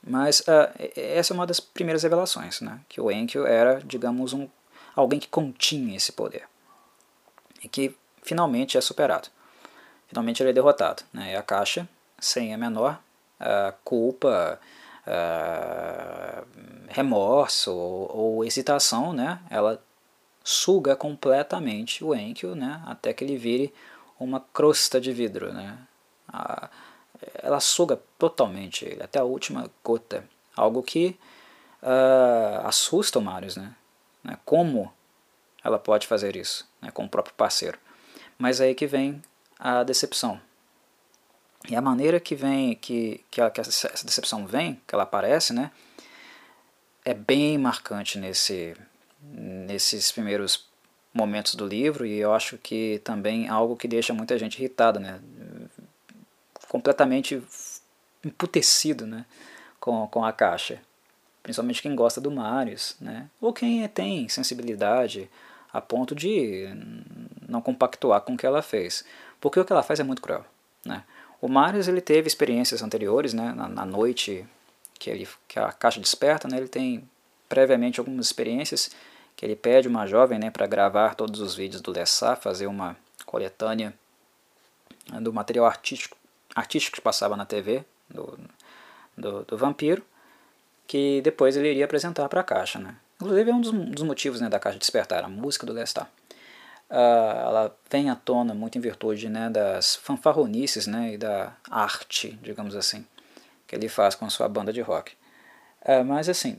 Mas uh, essa é uma das primeiras revelações, né? Que o Enkidu era, digamos, um, alguém que continha esse poder. E que finalmente é superado. Finalmente ele é derrotado. Né? E a Caixa, sem a menor uh, culpa, uh, remorso ou, ou hesitação, né? Ela suga completamente o Enkidu, né? Até que ele vire uma crosta de vidro. Né? A, ela suga totalmente ele, até a última gota. Algo que uh, assusta o Marius. Né? Né? Como ela pode fazer isso, né? Com o próprio parceiro? Mas aí que vem a decepção. E a maneira que vem, que, que, a, que essa decepção vem, que ela aparece, né? É bem marcante nesse, nesses primeiros momentos do livro, e eu acho que também algo que deixa muita gente irritada, né? Completamente emputecido, né? com, com a Caixa. Principalmente quem gosta do Marius, né? Ou quem tem sensibilidade a ponto de não compactuar com o que ela fez. Porque o que ela faz é muito cruel. Né? O Marius ele teve experiências anteriores, né? na, na noite que, ele, que a Caixa desperta, né? Ele tem previamente algumas experiências que ele pede uma jovem, né, para gravar todos os vídeos do Lestat, fazer uma coletânea, né, do material artístico, artístico que passava na T V do, do, do vampiro, que depois ele iria apresentar para a Caixa. Né? Inclusive é um dos, dos motivos, né, da Caixa despertar, a música do Lestat. Uh, ela vem à tona muito em virtude, né, das fanfarronices, né, e da arte, digamos assim, que ele faz com a sua banda de rock. Uh, mas assim,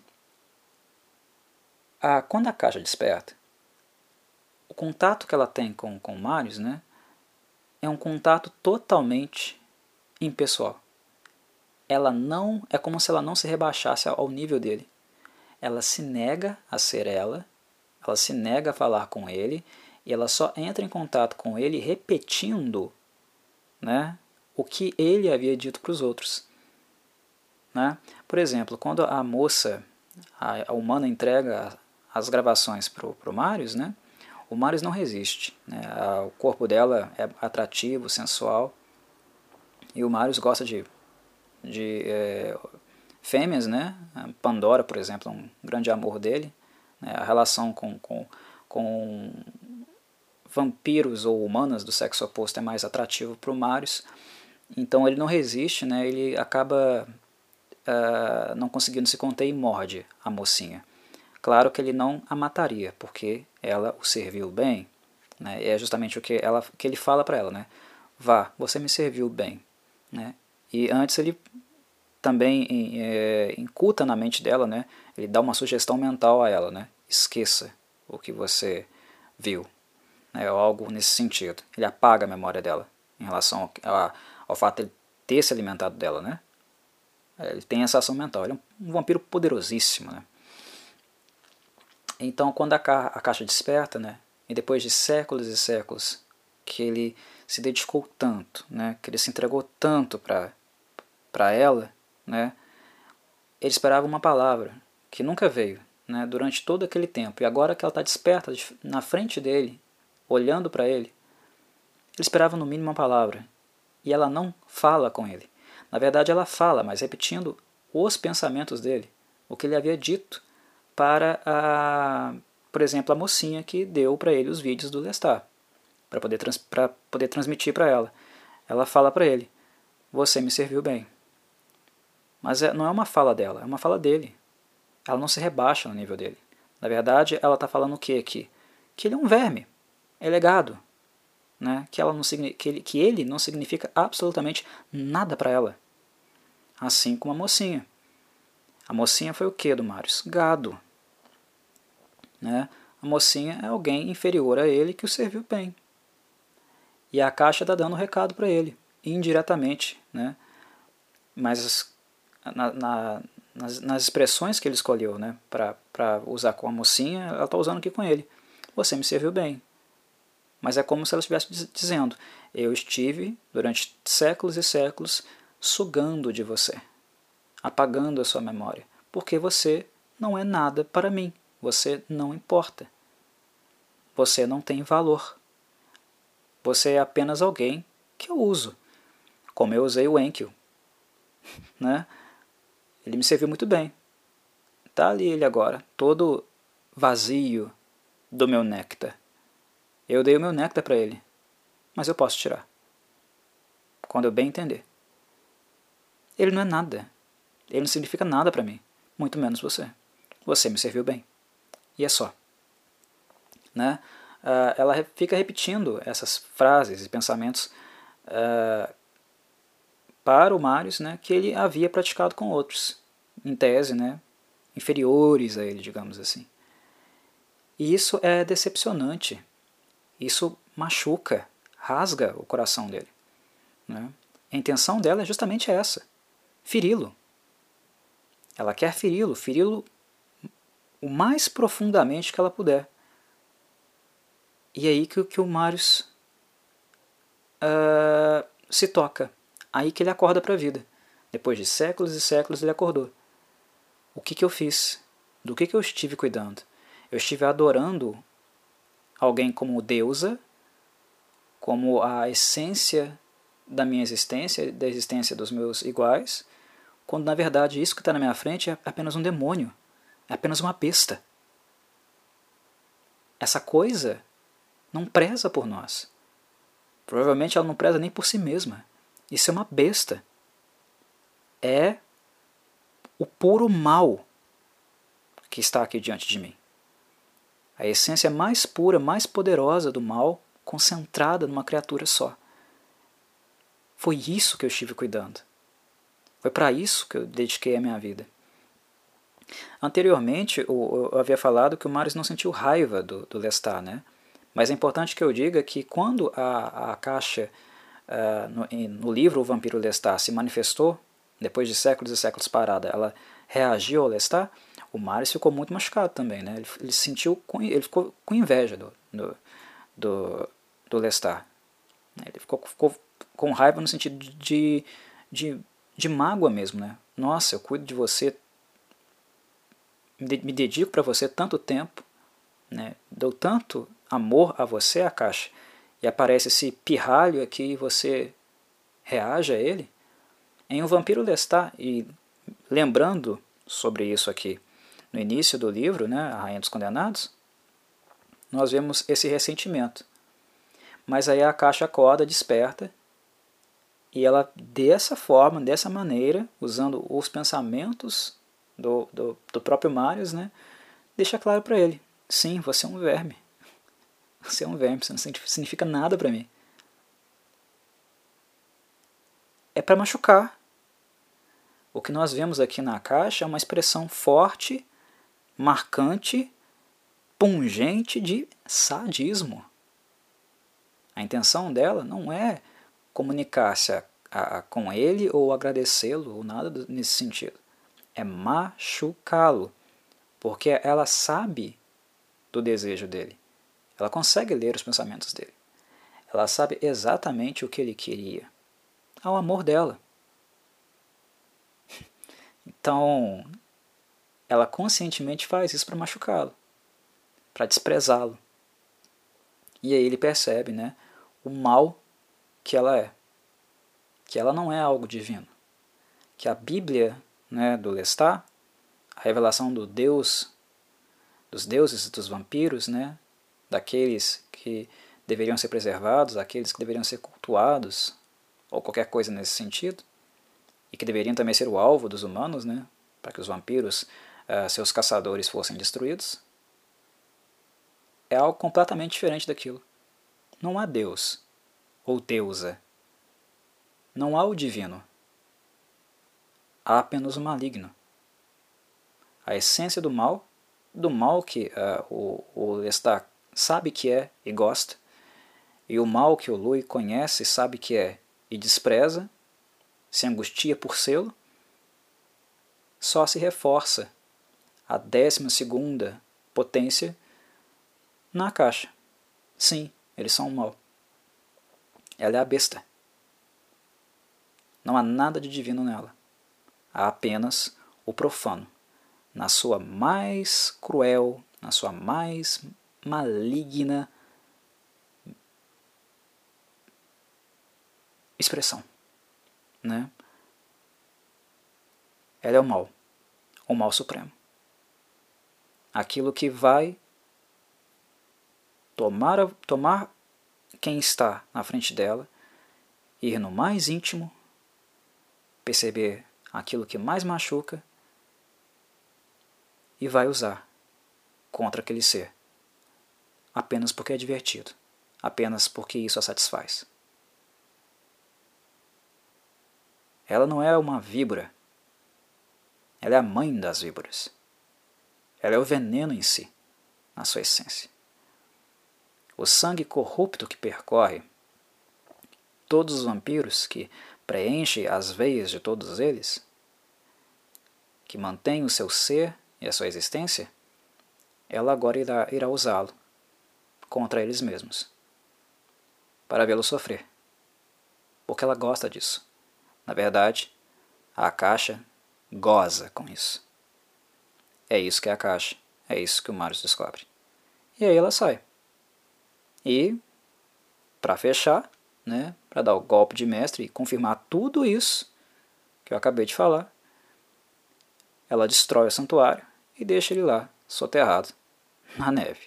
a, quando a Caixa desperta, o contato que ela tem com, com o Marius, né, é um contato totalmente impessoal. Ela não, é como se ela não se rebaixasse ao nível dele. Ela se nega a ser ela, ela se nega a falar com ele, e ela só entra em contato com ele repetindo, né, o que ele havia dito para os outros. Né? Por exemplo, quando a moça, a, a humana, entrega as gravações para o Marius, né, o Marius não resiste. Né? O corpo dela é atrativo, sensual, e o Marius gosta de, de é, fêmeas, né? Pandora, por exemplo, é um grande amor dele. Né? A relação com, com, com vampiros ou humanas do sexo oposto é mais atrativo para o Marius. Então ele não resiste, né? Ele acaba uh, não conseguindo se conter e morde a mocinha. Claro que ele não a mataria, porque ela o serviu bem. Né? É justamente o que, ela, que ele fala para ela. Né? Vá, você me serviu bem. Né? E antes ele também é, incuta na mente dela, né? Ele dá uma sugestão mental a ela. Né? Esqueça o que você viu. Né? Ou algo nesse sentido. Ele apaga a memória dela em relação ao, ao, ao fato de ele ter se alimentado dela. Né? Ele tem essa ação mental. Ele é um, um vampiro poderosíssimo. Né? Então, quando a, ca a Caixa desperta, né, e depois de séculos e séculos que ele se dedicou tanto, né, que ele se entregou tanto para ela, né, ele esperava uma palavra que nunca veio, né, durante todo aquele tempo. E agora que ela está desperta na frente dele, olhando para ele, ele esperava no mínimo uma palavra. E ela não fala com ele. Na verdade, ela fala, mas repetindo os pensamentos dele, o que ele havia dito para, a, por exemplo, a mocinha que deu para ele os vídeos do Lestat, para poder, trans, poder transmitir para ela. Ela fala para ele, você me serviu bem. Mas não é uma fala dela, é uma fala dele. Ela não se rebaixa no nível dele. Na verdade, ela está falando o que aqui? Que ele é um verme, é legado. Né? Que, ela não, que, ele, que ele não significa absolutamente nada para ela. Assim como a mocinha. A mocinha foi o que do Marius? Gado. Né? A mocinha é alguém inferior a ele que o serviu bem. E a Caixa está dando um recado para ele, indiretamente. Né? Mas na, na, nas, nas expressões que ele escolheu, né, para usar com a mocinha, ela está usando aqui com ele. Você me serviu bem. Mas é como se ela estivesse dizendo, eu estive durante séculos e séculos sugando de você, apagando a sua memória, porque você não é nada para mim, você não importa, você não tem valor, você é apenas alguém que eu uso, como eu usei o Enkidu. Né? Ele me serviu muito bem. Está ali ele agora, todo vazio do meu néctar. Eu dei o meu néctar para ele, mas eu posso tirar, quando eu bem entender. Ele não é nada. Ele não significa nada para mim, muito menos você. Você me serviu bem. E é só. Né? Uh, ela fica repetindo essas frases e pensamentos uh, para o Marius, né, que ele havia praticado com outros, em tese, né, inferiores a ele, digamos assim. E isso é decepcionante. Isso machuca, rasga o coração dele. Né? A intenção dela é justamente essa, feri-lo. Ela quer feri-lo, feri-lo o mais profundamente que ela puder. E é aí que, que o Marius uh, se toca. Aí que ele acorda para a vida. Depois de séculos e séculos ele acordou. O que, que eu fiz? Do que, que eu estive cuidando? Eu estive adorando alguém como deusa, como a essência da minha existência, da existência dos meus iguais, quando na verdade isso que está na minha frente é apenas um demônio, é apenas uma besta. Essa coisa não preza por nós. Provavelmente ela não preza nem por si mesma. Isso é uma besta. É o puro mal que está aqui diante de mim. A essência mais pura, mais poderosa do mal, concentrada numa criatura só. Foi isso que eu estive cuidando. Foi para isso que eu dediquei a minha vida. Anteriormente, eu, eu havia falado que o Marius não sentiu raiva do, do Lestat, né? Mas é importante que eu diga que quando a, a caixa, uh, no, no livro O Vampiro Lestat, se manifestou, depois de séculos e séculos parada, ela reagiu ao Lestat, o Marius ficou muito machucado também, né? Ele, ele, sentiu, ele ficou com inveja do, do, do, do Lestat. Ele ficou, ficou com raiva no sentido de, de, de mágoa mesmo, né? Nossa, eu cuido de você, me dedico para você tanto tempo, né? Dou tanto amor a você, a caixa, e aparece esse pirralho aqui e você reage a ele. Em O Vampiro Lestat, e lembrando sobre isso aqui no início do livro, né, A Rainha dos Condenados, nós vemos esse ressentimento. Mas aí a caixa acorda, desperta, e ela dessa forma, dessa maneira, usando os pensamentos do, do, do próprio Marius, né, deixa claro para ele, sim, você é um verme. Você é um verme, você não significa nada para mim. É para machucar. O que nós vemos aqui na caixa é uma expressão forte, marcante, pungente de sadismo. A intenção dela não é comunicar-se a, a, com ele ou agradecê-lo ou nada nesse sentido. É machucá-lo, porque ela sabe do desejo dele. Ela consegue ler os pensamentos dele. Ela sabe exatamente o que ele queria. Ao amor dela. Então, ela conscientemente faz isso para machucá-lo, para desprezá-lo. E aí ele percebe, né, o mal que ela é. Que ela não é algo divino. Que a Bíblia, né, do Lestat, a revelação do Deus, dos deuses e dos vampiros, né, daqueles que deveriam ser preservados, aqueles que deveriam ser cultuados, ou qualquer coisa nesse sentido, e que deveriam também ser o alvo dos humanos, né, para que os vampiros, uh, seus caçadores, fossem destruídos, é algo completamente diferente daquilo. Não há Deus, ou deusa. Não há o divino. Há apenas o maligno. A essência do mal, do mal que uh, o, o Lestat sabe que é e gosta, e o mal que o Louis conhece, sabe que é e despreza, se angustia por sê-lo, só se reforça a décima segunda potência na caixa. Sim, eles são o mal. Ela é a besta. Não há nada de divino nela. Há apenas o profano, na sua mais cruel, na sua mais maligna expressão, né? ela é o mal, o mal supremo. Aquilo que vai tomar, tomar quem está na frente dela, ir no mais íntimo, perceber aquilo que mais machuca e vai usar contra aquele ser, apenas porque é divertido, apenas porque isso a satisfaz. Ela não é uma víbora, ela é a mãe das víboras. Ela é o veneno em si, na sua essência. O sangue corrupto que percorre todos os vampiros, que preenche as veias de todos eles, que mantém o seu ser e a sua existência, ela agora irá, irá usá-lo contra eles mesmos, para vê-lo sofrer, porque ela gosta disso. Na verdade, a Akasha goza com isso. É isso que é a Akasha, é isso que o Marius descobre. E aí ela sai. E, para fechar, né, para dar o golpe de mestre e confirmar tudo isso que eu acabei de falar, ela destrói o santuário e deixa ele lá, soterrado, na neve.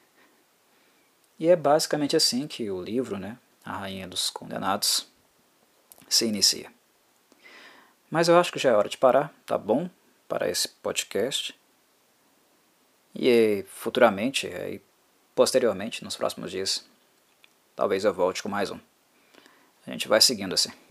E é basicamente assim que o livro, né, A Rainha dos Condenados, se inicia. Mas eu acho que já é hora de parar, tá bom? Para esse podcast. E futuramente, aí, posteriormente, nos próximos dias, talvez eu volte com mais um. A gente vai seguindo assim.